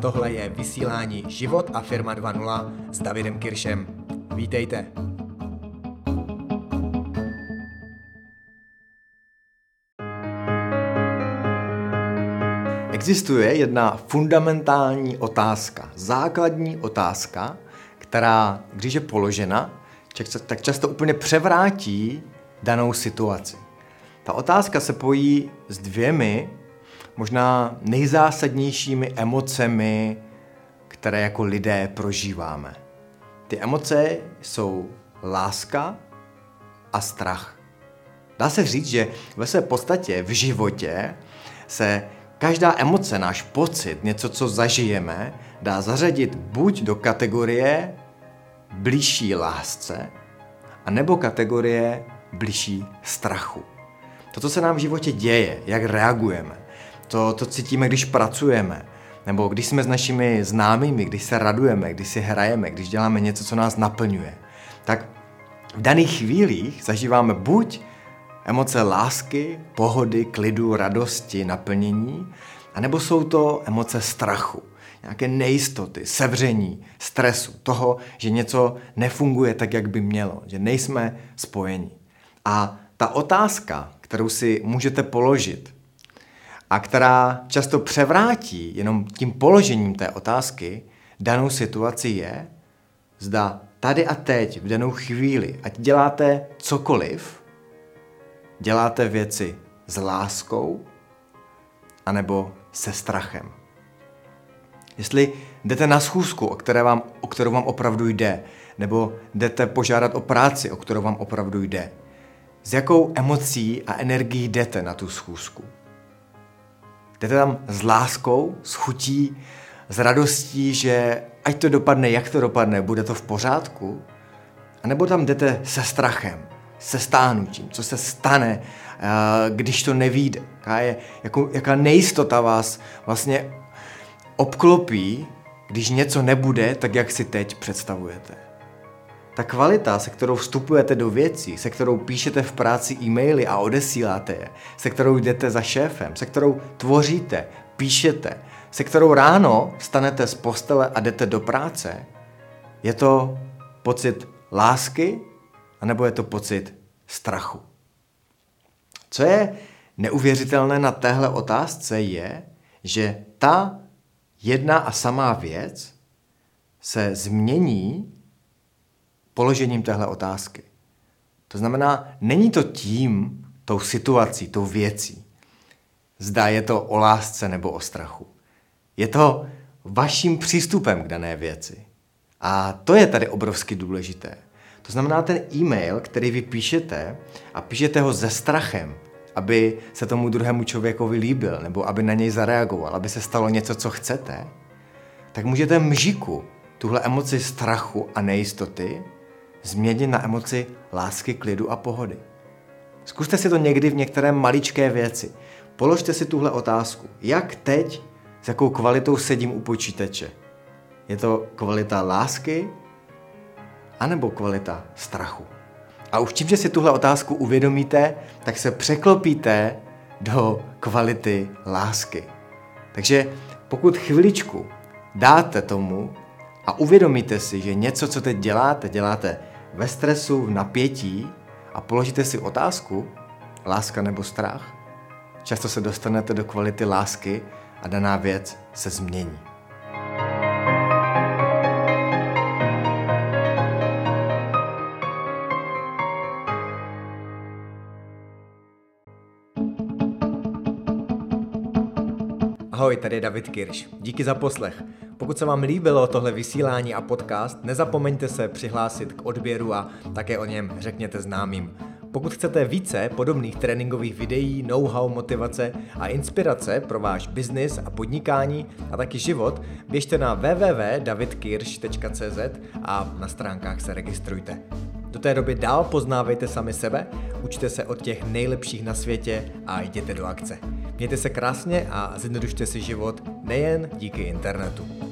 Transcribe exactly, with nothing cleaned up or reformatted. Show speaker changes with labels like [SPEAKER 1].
[SPEAKER 1] tohle je vysílání Život a firma dva tečka nula s Davidem Kiršem. Vítejte. Existuje jedna fundamentální otázka, základní otázka, která, když je položena, tak často úplně převrátí danou situaci. Ta otázka se pojí s dvěmi, možná nejzásadnějšími emocemi, které jako lidé prožíváme. Ty emoce jsou láska a strach. Dá se říct, že ve své podstatě v životě se každá emoce, náš pocit, něco, co zažijeme, dá zařadit buď do kategorie bližší lásce, anebo kategorie bližší strachu. To, co se nám v životě děje, jak reagujeme, to, to cítíme, když pracujeme, nebo když jsme s našimi známými, když se radujeme, když si hrajeme, když děláme něco, co nás naplňuje, tak v daných chvílích zažíváme buď emoce lásky, pohody, klidu, radosti, naplnění, anebo jsou to emoce strachu, nějaké nejistoty, sevření, stresu, toho, že něco nefunguje tak, jak by mělo, že nejsme spojeni. A ta otázka, kterou si můžete položit a která často převrátí jenom tím položením té otázky danou situaci je, zda tady a teď, v danou chvíli, ať děláte cokoliv, děláte věci s láskou anebo se strachem. Jestli jdete na schůzku, o, které vám, o kterou vám opravdu jde, nebo jdete požádat o práci, o kterou vám opravdu jde, s jakou emocí a energií jdete na tu schůzku? Jdete tam s láskou, s chutí, s radostí, že ať to dopadne, jak to dopadne, bude to v pořádku? A nebo tam jdete se strachem, se stánutím, co se stane, když to nevyjde? Jaká, je, jakou, jaká nejistota vás vlastně obklopí, když něco nebude tak, jak si teď představujete? Ta kvalita, se kterou vstupujete do věcí, se kterou píšete v práci e-maily a odesíláte je, se kterou jdete za šéfem, se kterou tvoříte, píšete, se kterou ráno vstanete z postele a jdete do práce, je to pocit lásky, anebo je to pocit strachu? Co je neuvěřitelné na téhle otázce je, že ta jedna a samá věc se změní položením téhle otázky. To znamená, není to tím, tou situací, tou věcí. Zda je to o lásce nebo o strachu. Je to vaším přístupem k dané věci. A to je tady obrovsky důležité. To znamená, ten e-mail, který vy píšete a píšete ho se strachem, aby se tomu druhému člověkovi líbil, nebo aby na něj zareagoval, aby se stalo něco, co chcete, tak můžete mžiku tuhle emoci strachu a nejistoty změnit na emoci lásky, klidu a pohody. Zkuste si to někdy v některé maličké věci. Položte si tuhle otázku. Jak teď, s jakou kvalitou sedím u počítače? Je to kvalita lásky, anebo kvalita strachu? A už tím, že si tuhle otázku uvědomíte, tak se překlopíte do kvality lásky. Takže pokud chviličku dáte tomu a uvědomíte si, že něco, co teď děláte, děláte ve stresu, v napětí a položíte si otázku, láska nebo strach, často se dostanete do kvality lásky a daná věc se změní. Ahoj, tady je David Kirš. Díky za poslech. Pokud se vám líbilo tohle vysílání a podcast, nezapomeňte se přihlásit k odběru a také o něm řekněte známým. Pokud chcete více podobných tréninkových videí, know-how, motivace a inspirace pro váš biznis a podnikání a taky život, běžte na w w w tečka david kirš tečka c z a na stránkách se registrujte. Do té doby dál poznávejte sami sebe, učte se od těch nejlepších na světě a jděte do akce. Mějte se krásně a zjednodušte si život nejen díky internetu.